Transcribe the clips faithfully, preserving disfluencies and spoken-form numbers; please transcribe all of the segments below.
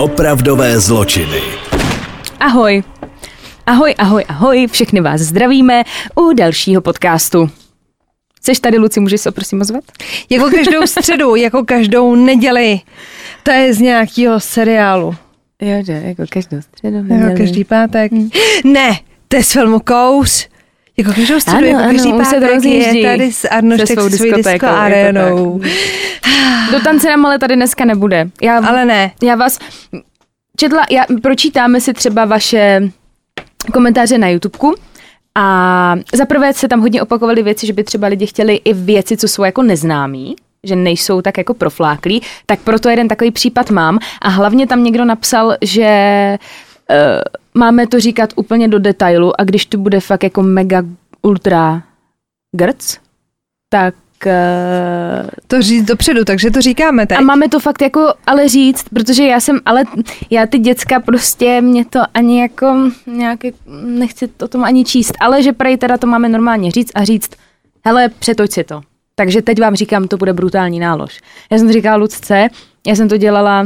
Opravdové zločiny. Ahoj. Ahoj, ahoj, ahoj, všechny vás zdravíme u dalšího podcastu. Jseš tady, Luci, můžeš se prosím ozvat? Jako každou středu, jako každou neděli. To je z nějakého seriálu. Jo, že, jako každou středu. Jako každý pátek. Hmm. Ne, to je z filmu Kous. Jako každou středu, ano, jako každý ano, pátek je tady s Arnoštek s svou disco arénou. Do tance nám ale tady dneska nebude. Já, ale ne. Já vás četla, já, pročítáme si třeba vaše komentáře na YouTubeku a zaprvé se tam hodně opakovaly věci, že by třeba lidi chtěli i věci, co jsou jako neznámý, že nejsou tak jako profláklí, tak proto jeden takový případ mám a hlavně tam někdo napsal, že uh, máme to říkat úplně do detailu a když to bude fakt jako mega ultra grc, tak uh, to říct dopředu, takže to říkáme teď. A máme to fakt jako ale říct, protože já jsem, ale já ty děcka prostě mě to ani jako nějaký, nechci o tom ani číst, ale že prej teda to máme normálně říct a říct, hele, přetoč si to. Takže teď vám říkám, to bude brutální nálož. Já jsem to říkala Lucce, já jsem to dělala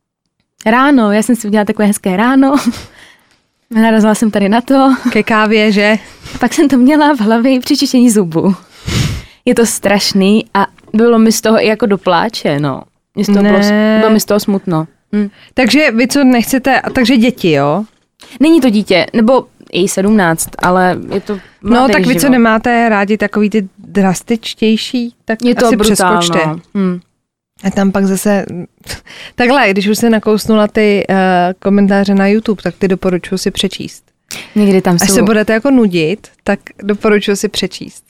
ráno, já jsem si udělala takové hezké ráno, narazila jsem tady na to. Ke kávě, že? Pak jsem to měla v hlavě při čištění zubů. Je to strašný a bylo mi z toho i jako do pláče, no. Mě z toho bylo, bylo mi z toho smutno. Hm. Takže vy co nechcete, takže děti, jo? Není to dítě, nebo i sedmnáct, ale je to mladý No tak vy život. co nemáte rádi takový ty drastičtější, tak je to asi brutálno. přeskočte. Hm. A tam pak zase, takhle, když už se nakousnula ty uh, komentáře na YouTube, tak ty doporučuji si přečíst. Někdy tam Až jsou... se budete jako nudit, tak doporučuji si přečíst.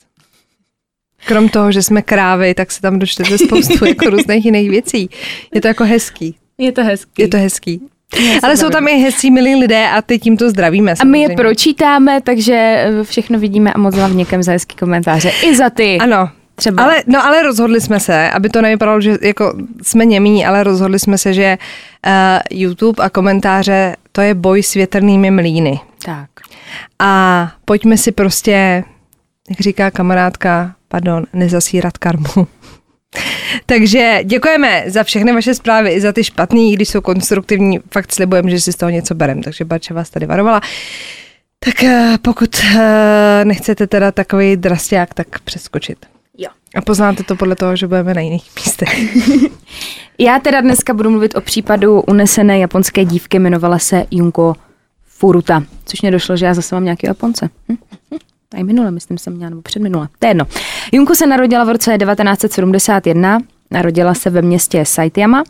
Krom toho, že jsme krávy, tak se tam dočtete spoustu jako různých jiných věcí. Je to jako hezký. Je to hezký. Je to hezký. Ale jsou tam i hezcí, milí lidé a ty tímto zdravíme. A my je pročítáme, takže všechno vidíme a moc vám někam za hezký komentáře. I za ty. Ano. Třeba. Ale, no ale rozhodli jsme se, aby to nevypadalo, že jako jsme němí, ale rozhodli jsme se, že uh, YouTube a komentáře, to je boj s větrnými mlýny. Tak. A pojďme si prostě, jak říká kamarádka, pardon, nezasírat karmu. Takže děkujeme za všechny vaše zprávy, i za ty špatný, když jsou konstruktivní, fakt slibujeme, že si z toho něco berem, takže Barča vás tady varovala. Tak uh, pokud uh, nechcete teda takový drastiák, tak přeskočit. Jo. A poznáte to podle toho, že budeme na jiných místech. Já teda dneska budu mluvit o případu unesené japonské dívky, jmenovala se Junko Furuta, což mě došlo, že já zase mám nějaký Japonce. Hm? Hm? A minule, myslím, jsem měla, nebo předminule. To je jedno. Junko se narodila v roce devatenáct set sedmdesát jedna, narodila se ve městě Saitama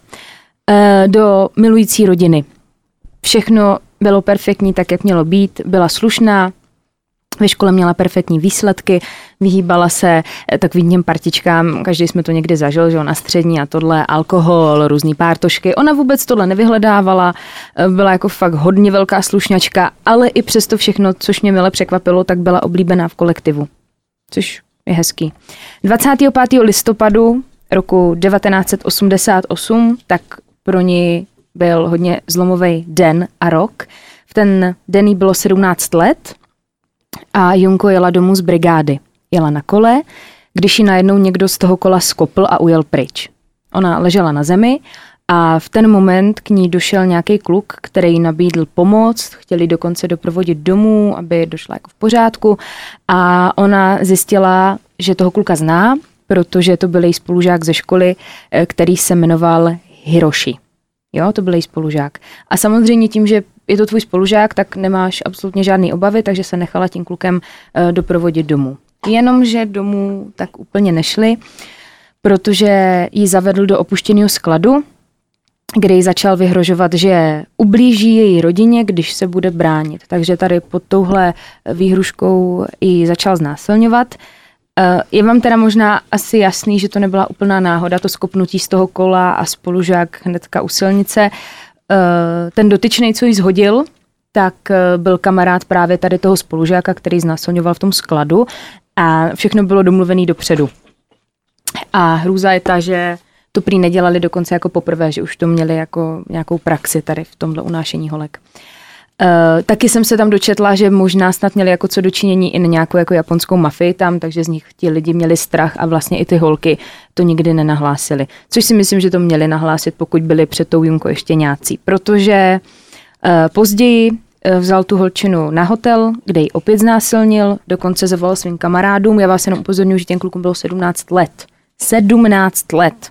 do milující rodiny. Všechno bylo perfektní, tak jak mělo být, byla slušná, ve škole měla perfektní výsledky, vyhýbala se takovým těm partičkám, každý jsme to někdy zažil, že na střední a tohle, alkohol, různý pártošky. Ona vůbec tohle nevyhledávala, byla jako fakt hodně velká slušňačka, ale i přesto všechno, což mě mile překvapilo, tak byla oblíbená v kolektivu, což je hezký. dvacátého pátého listopadu roku devatenáct set osmdesát osm, tak pro ní byl hodně zlomový den a rok. V ten den jí bylo sedmnáct let, a Junko jela domů z brigády. Jela na kole, když ji najednou někdo z toho kola skopl a ujel pryč. Ona ležela na zemi a v ten moment k ní došel nějaký kluk, který jí nabídl pomoc, chtěli dokonce doprovodit domů, aby došla jako v pořádku a ona zjistila, že toho kluka zná, protože to byl její spolužák ze školy, který se jmenoval Hiroshi. Jo, to byl její spolužák. A samozřejmě tím, že je to tvůj spolužák, tak nemáš absolutně žádný obavy, takže se nechala tím klukem uh, doprovodit domů. Jenomže domů tak úplně nešli, protože ji zavedl do opuštěného skladu, kde ji začal vyhrožovat, že ublíží její rodině, když se bude bránit. Takže tady pod touhle výhruškou ji začal znásilňovat. Uh, je vám teda možná asi jasný, že to nebyla úplná náhoda, to skopnutí z toho kola a spolužák hnedka u silnice. Uh, ten dotyčnej, co ji zhodil, tak uh, byl kamarád právě tady toho spolužáka, který znásilňoval v tom skladu a všechno bylo domluvené dopředu. A hrůza je ta, že to prý nedělali dokonce jako poprvé, že už to měli jako nějakou praxi tady v tomhle unášení holek. Uh, taky jsem se tam dočetla, že možná snad měli jako co dočinění i na nějakou jako japonskou mafii tam, takže z nich ti lidi měli strach a vlastně i ty holky to nikdy nenahlásili. Což si myslím, že to měli nahlásit, pokud byli před tou Junko ještě nějací. Protože uh, později uh, vzal tu holčinu na hotel, kde ji opět znásilnil, dokonce zavolal svým kamarádům. Já vás jenom upozorňuji, že těm klukům bylo sedmnáct let. sedmnáct let.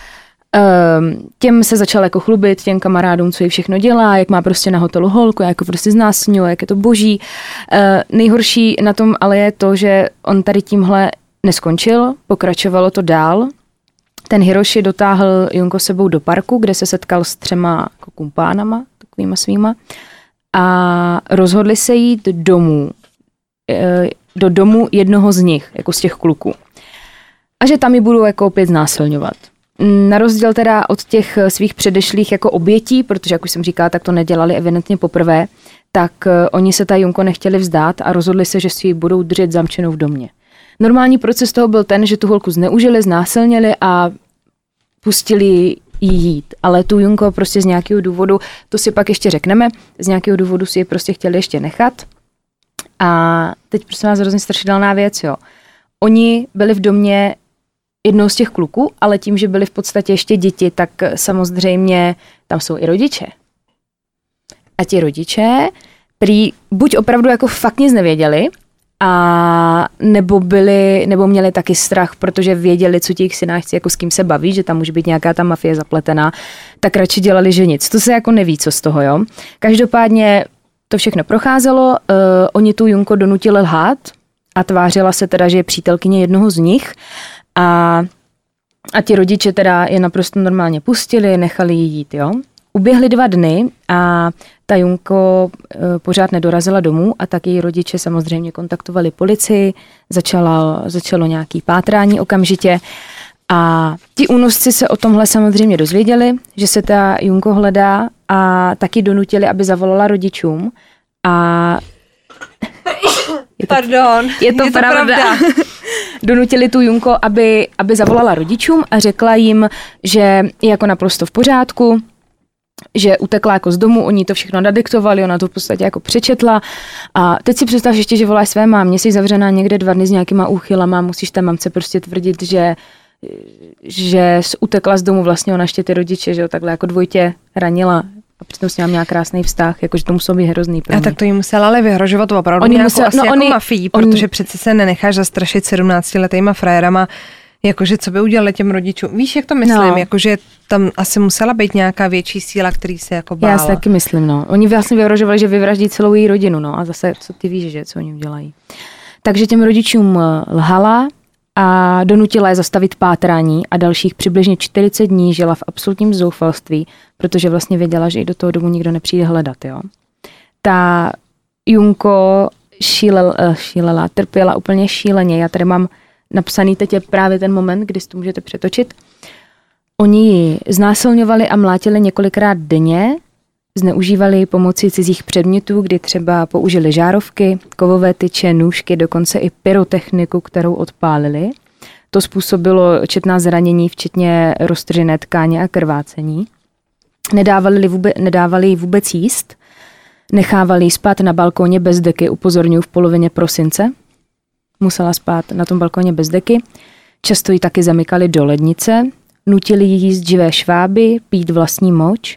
Um, těm se začal jako chlubit, těm kamarádům, co jí všechno dělá, jak má prostě na hotelu holku, jak jako prostě znásilňuje, jak je to boží. Uh, nejhorší na tom ale je to, že on tady tímhle neskončil, pokračovalo to dál. Ten Hiroshi dotáhl Junko sebou do parku, kde se setkal s třema jako kumpánama, takovýma svýma, a rozhodli se jít domů, uh, do domu jednoho z nich, jako z těch kluků. A že tam ji budou jako opět znásilňovat. Na rozdíl teda od těch svých předešlých jako obětí, protože jak už jsem říkala, tak to nedělali evidentně poprvé, tak oni se ta Junko nechtěli vzdát a rozhodli se, že si ji budou držet zamčenou v domě. Normální proces toho byl ten, že tu holku zneužili, znásilnili a pustili jí jít. Ale tu Junko prostě z nějakého důvodu, to si pak ještě řekneme, z nějakého důvodu si ji prostě chtěli ještě nechat. A teď prostě vás hrozně strašidelná věc, jo. Oni byli v domě jednou z těch kluků, ale tím, že byli v podstatě ještě děti, tak samozřejmě tam jsou i rodiče. A ti rodiče prý buď opravdu jako fakt nic nevěděli, a nebo byli, nebo měli taky strach, protože věděli, co ti jejich synáčci, jako s kým se baví, že tam může být nějaká ta mafie zapletená, tak radši dělali, že nic. To se jako neví, co z toho, jo. Každopádně to všechno procházelo, uh, oni tu Junko donutili lhát a tvářila se teda, že je přítelkyně jednoho z nich. A, a ti rodiče teda je naprosto normálně pustili, nechali ji jít, jo. Uběhly dva dny a ta Junko e, pořád nedorazila domů a tak její rodiče samozřejmě kontaktovali policii, začala, začalo nějaký pátrání okamžitě a ti únosci se o tomhle samozřejmě dozvěděli, že se ta Junko hledá a taky donutili, aby zavolala rodičům a je to, Pardon, je to, je to pravda. pravda. Donutili tu Junko, aby, aby zavolala rodičům a řekla jim, že je jako naprosto v pořádku, že utekla jako z domu, oni to všechno nadiktovali, ona to v podstatě jako přečetla a teď si představ ještě, že voláš své mámě, jsi zavřená někde dva dny s nějakýma úchylama, musíš té mamce prostě tvrdit, že že utekla z domu, vlastně ona ještě ty rodiče, že jo, takhle jako dvojtě ranila a přitom s ním měla krásný vztah, jakože to muselo být hrozný. A tak to jim musela ale vyhrožovat opravdu oni nějakou musel, asi no jako oni, mafií, oni, protože přece se nenecháš zastrašit sedmnáctiletýma frajerama, jakože co by udělali těm rodičům. Víš, jak to myslím? No. Jakože tam asi musela být nějaká větší síla, který se jako bála. Já si taky myslím, no. Oni vlastně vyhrožovali, že vyvraždí celou její rodinu, no. A zase, co ty víš, že co oni udělají. Takže těm rodičům lhala a donutila je zastavit pátrání a dalších přibližně čtyřicet dní žila v absolutním zoufalství, protože vlastně věděla, že i do toho domu nikdo nepřijde hledat, jo. Ta Junko šílel, šílela, trpěla úplně šíleně. Já tady mám napsaný, teď je právě ten moment, kdy si to můžete přetočit. Oni ji znásilňovali a mlátili několikrát denně, zneužívali ji pomocí cizích předmětů, kdy třeba použili žárovky, kovové tyče, nůžky, dokonce i pyrotechniku, kterou odpálili. To způsobilo četná zranění, včetně roztržené tkáně a krvácení. Nedávali, vůbec, nedávali jí vůbec jíst, nechávali ji spát na balkóně bez deky, upozorňuji v polovině prosince. Musela spát na tom balkóně bez deky. Často ji taky zamykali do lednice, nutili jí jíst živé šváby, pít vlastní moč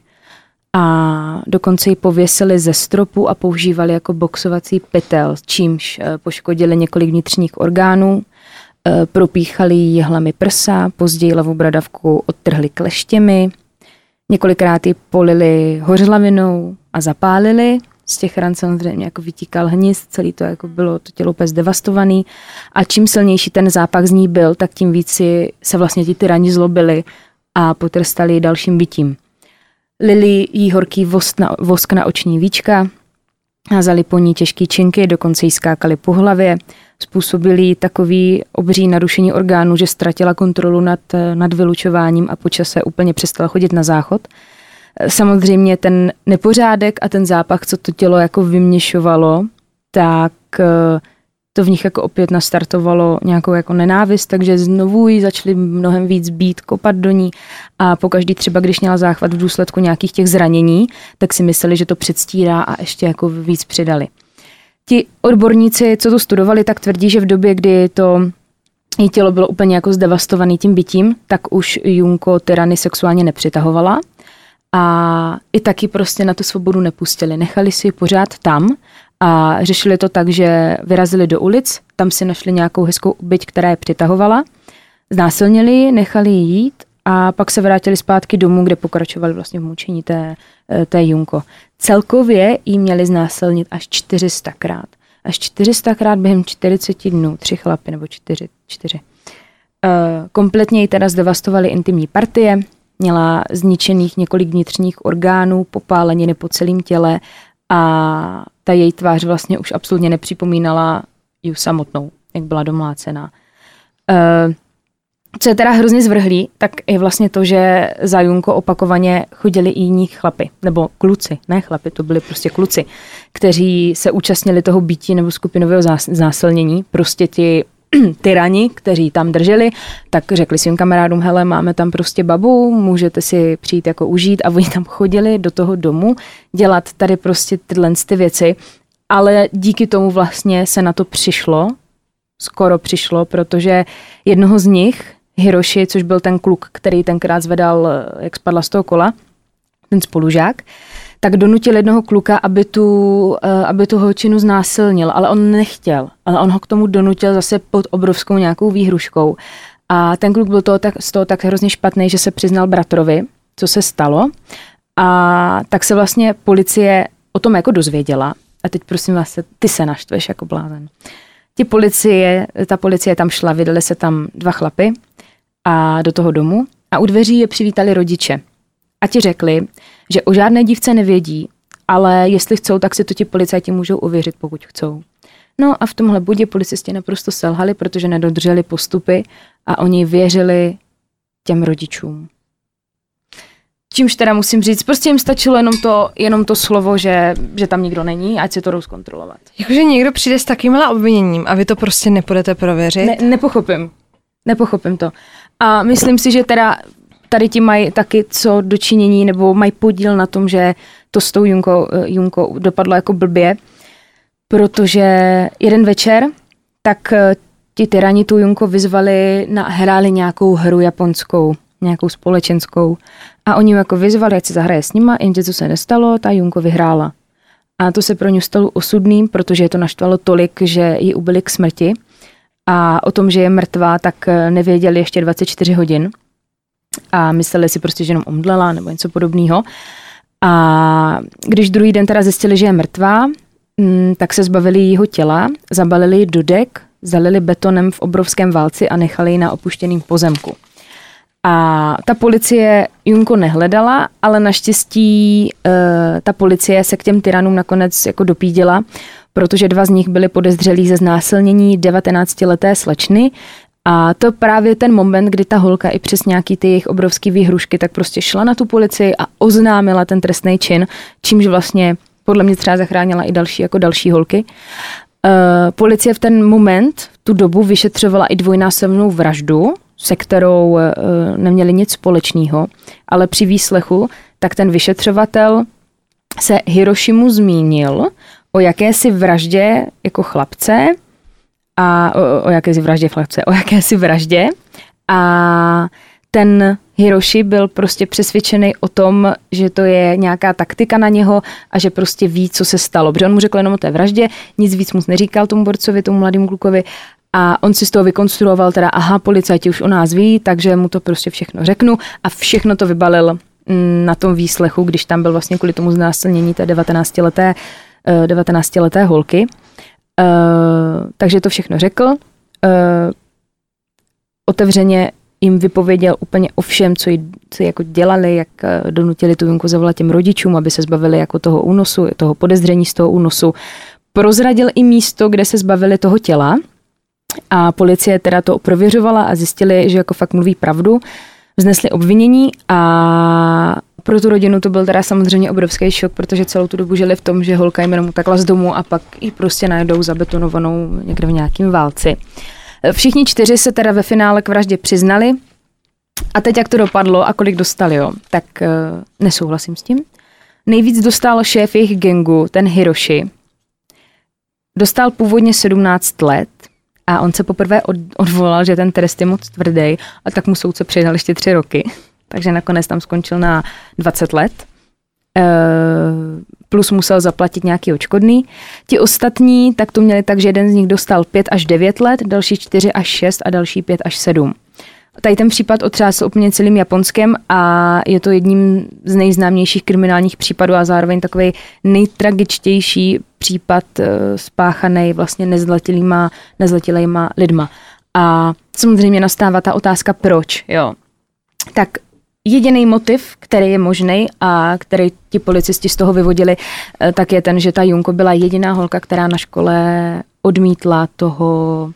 a dokonce ji pověsili ze stropu a používali jako boxovací pytel, čímž poškodili několik vnitřních orgánů, propíchali jí jehlami prsa, později levou bradavku odtrhli kleštěmi, několikrát ji polili hořlavinou a zapálili. Z těch ran samozřejmě jako vytíkal hnis, celý to jako bylo to tělo úplně zdevastovaný a čím silnější ten zápach z ní byl, tak tím víc se vlastně ti tyrani zlobili a potrestali dalším bytím. Lili jí horký vosk na, vosk na oční víčka, házali po ní těžký činky, dokonce jí skákali po hlavě, způsobili jí takový obří narušení orgánů, že ztratila kontrolu nad, nad vylučováním a po čase úplně přestala chodit na záchod. Samozřejmě ten nepořádek a ten zápach, co to tělo jako vyměšovalo, tak to v nich jako opět nastartovalo nějakou jako nenávist, takže znovu ji začali mnohem víc bít, kopat do ní a pokaždý třeba, když měla záchvat v důsledku nějakých těch zranění, tak si mysleli, že to předstírá a ještě jako víc přidali. Ti odborníci, co to studovali, tak tvrdí, že v době, kdy to její tělo bylo úplně jako zdevastovaný tím bytím, tak už Junko tyrany sexuálně nepřitahovala a i taky prostě na tu svobodu nepustili. Nechali si ji pořád tam a řešili to tak, že vyrazili do ulic, tam si našli nějakou hezkou byť, která je přitahovala, znásilnili ji, nechali ji jít a pak se vrátili zpátky domů, kde pokračovali vlastně v mučení té, té Junko. Celkově jí měli znásilnit až čtyři sta krát. Až čtyři sta krát během čtyřicet dnů, tři chlapy nebo čtyři. čtyři. Uh, kompletně jí teda zdevastovali intimní partie, měla zničených několik vnitřních orgánů, popáleniny po celém těle a ta její tvář vlastně už absolutně nepřipomínala ju samotnou, jak byla domlácená. Uh, co je teda hrozně zvrhlý, tak je vlastně to, že za Junko opakovaně chodili i jiní chlapi, nebo kluci, ne chlapi, to byli prostě kluci, kteří se účastnili toho býtí nebo skupinového znásilnění, prostě ti tyrani, kteří tam drželi, tak řekli svým kamarádům, hele, máme tam prostě babu, můžete si přijít jako užít a oni tam chodili do toho domu dělat tady prostě tyhle ty věci, ale díky tomu vlastně se na to přišlo, skoro přišlo, protože jednoho z nich, Hiroshi, což byl ten kluk, který tenkrát zvedal, jak spadla z toho kola, ten spolužák, tak donutil jednoho kluka, aby tu, aby tu holčinu znásilnil, ale on nechtěl. Ale on ho k tomu donutil zase pod obrovskou nějakou výhruškou. A ten kluk byl toho tak, z toho tak hrozně špatný, že se přiznal bratrovi, co se stalo. A tak se vlastně policie o tom jako dozvěděla. A teď prosím vás, ty se naštveš jako blázen. Ti policie, ta policie tam šla, vydali se tam dva chlapy a do toho domu a u dveří je přivítali rodiče. A ti řekli, že o žádné dívce nevědí, ale jestli chcou, tak si to ti policajti můžou ověřit, pokud chcou. No a v tomhle bodě policisti naprosto selhali, protože nedodrželi postupy a oni věřili těm rodičům. Čímž teda musím říct, prostě jim stačilo jenom to, jenom to slovo, že, že tam nikdo není, ať si to jdou zkontrolovat. Jakože někdo přijde s takovýmhle obviněním a vy to prostě nepůjdete prověřit? Ne, nepochopím. Nepochopím to. A myslím si, že teda tady ti mají taky co dočinění, nebo mají podíl na tom, že to s tou Junko, Junko dopadlo jako blbě, protože jeden večer, tak ti tyrani tu Junko vyzvali, na, hráli nějakou hru japonskou, nějakou společenskou a oni jako vyzvali, ať se zahraje s nima, jenže co se nestalo, ta Junko vyhrála. A to se pro ně stalo osudným, protože je to naštvalo tolik, že ji ubili k smrti a o tom, že je mrtvá, tak nevěděli ještě dvacet čtyři hodin a mysleli si prostě, že jenom omdlela nebo něco podobného. A když druhý den teda zjistili, že je mrtvá, tak se zbavili jejího těla, zabalili ji do dek, zalili betonem v obrovském válci a nechali ji na opuštěném pozemku. A ta policie Junko nehledala, ale naštěstí e, ta policie se k těm tyranům nakonec jako dopídila, protože dva z nich byli podezřelí ze znásilnění devatenáctileté slečny. A to právě ten moment, kdy ta holka i přes nějaký ty jejich obrovský výhrušky tak prostě šla na tu policii a oznámila ten trestný čin, čímž vlastně podle mě třeba zachránila i další jako další holky. E, policie v ten moment, v tu dobu vyšetřovala i dvojnásobnou vraždu, se kterou e, neměli nic společného, ale při výslechu tak ten vyšetřovatel se Hiroshimu zmínil o jakési vraždě jako chlapce a o, o jakési vraždě chlapce, o jakési vraždě a ten Hiroshi byl prostě přesvědčený o tom, že to je nějaká taktika na něho a že prostě ví, co se stalo. Protože on mu řekl jenom o té vraždě, nic víc mu neříkal tomu borcovi, tomu mladému klukovi a on si z toho vykonstruoval teda, aha, policajti už o nás ví, takže mu to prostě všechno řeknu a všechno to vybalil na tom výslechu, když tam byl vlastně kvůli tomu znásilnění té devatenáctileté, devatenáctileté holky. Uh, takže to všechno řekl. Uh, otevřeně jim vypověděl úplně o všem, co, jí, co jako dělali, jak donutili tu Junku zavolat těm rodičům, aby se zbavili jako toho únosu, toho podezření z toho únosu. Prozradil i místo, kde se zbavili toho těla a policie teda to prověřovala a zjistili, že jako fakt mluví pravdu. vznesli obvinění a pro tu rodinu to byl teda samozřejmě obrovský šok, protože celou tu dobu žili v tom, že holka jim jenom utekla z domu a pak ji prostě najdou zabetonovanou někde v nějakým válci. Všichni čtyři se teda ve finále k vraždě přiznali a teď jak to dopadlo a kolik dostali, jo, tak uh, nesouhlasím s tím. Nejvíc dostal šéf jejich gangu, ten Hiroshi. Dostal původně sedmnáct let a on se poprvé od, odvolal, že ten trest je moc tvrdý a tak mu soudce přidal ještě tři roky. Takže nakonec tam skončil na dvacet let. E, plus musel zaplatit nějaký odškodný. Ti ostatní tak to měli tak, že jeden z nich dostal pět až devět let, další čtyři až šest a další pět až sedm. Tady ten případ otřásl úplně celým Japonskem a je to jedním z nejznámějších kriminálních případů a zároveň takový nejtragičtější případ spáchaný vlastně nezletilýma, nezletilejma lidma. A samozřejmě nastává ta otázka proč, jo. Tak jediný motiv, který je možný a který ti policisti z toho vyvodili, tak je ten, že ta Junko byla jediná holka, která na škole odmítla toho,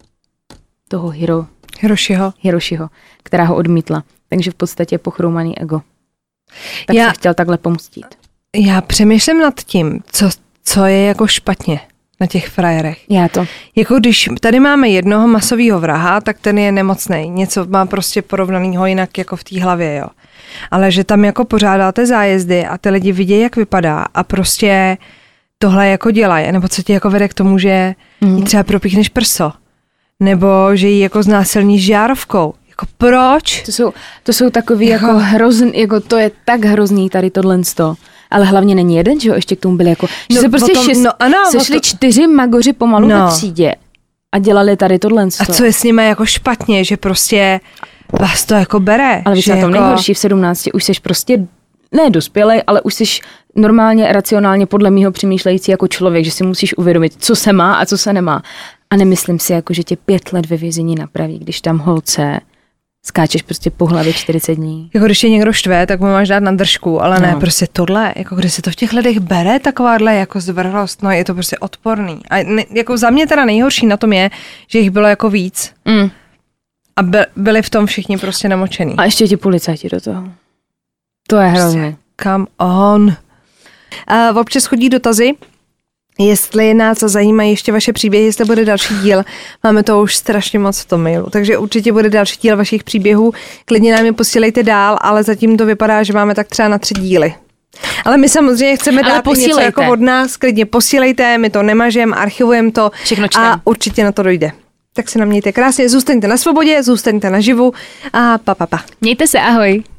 toho Hiro, Hiroshiho. Hiroshiho, která ho odmítla. Takže v podstatě pochroumaný ego. Tak já, se chtěl takhle pomstit. Já přemýšlím nad tím, co, co je jako špatně na těch frajerech. Já to. Jako když tady máme jednoho masového vraha, tak ten je nemocnej. Něco má prostě porovnanýho jinak jako v té hlavě, jo. Ale že tam jako pořádáte zájezdy a ty lidi vidí, jak vypadá a prostě tohle jako dělají, nebo co ti jako vede k tomu, že mm. jí třeba propíchneš prso, nebo že jí jako znásilníš žárovkou. Jako proč? To jsou, to jsou takový jako, jako hrozný, jako to je tak hrozný tady tohle sto. Ale hlavně není jeden, že jo, ještě k tomu byli jako, že no, se prostě tom, šest, no, ano, sešli to... čtyři magoři pomalu no. ve třídě a dělali tady tohle sto. A co je s nimi jako špatně, že prostě vás to jako bere. Ale víš, na tom jako... nejhorší v sedmnácti už seš prostě, ne dospělej, ale už seš normálně, racionálně podle mýho přemýšlející jako člověk, že si musíš uvědomit, co se má a co se nemá. A nemyslím si, jako, že tě pět let ve vězení napraví, když tam holce skáčeš prostě po hlavě čtyřicet dní. Jako když je někdo štve, tak mu máš dát na držku, ale no. ne, prostě tohle, jako když se to v těch lidech bere, takováhle jako zvrhlost, no je to prostě odporný. A ne, jako za mě teda nejhorší na tom je, že jich bylo jako víc. Mm. A by, byli v tom všichni prostě namočený. A ještě ti policajti do toho. To je hrozně. Come on. A občas chodí dotazy, jestli nás zajímají ještě vaše příběhy, jestli bude další díl. Máme to už strašně moc v tom mailu, takže určitě bude další díl vašich příběhů. Klidně nám je posílejte dál, ale zatím to vypadá, že máme tak třeba na tři díly. Ale my samozřejmě chceme ale dát posílejte. Něco jako od nás, klidně posílejte, my to nemažeme, archivujeme to a určitě na to dojde. Tak se na mějte krásně, zůstaňte na svobodě, zůstaňte naživu a pa, pa, pa. Mějte se, ahoj.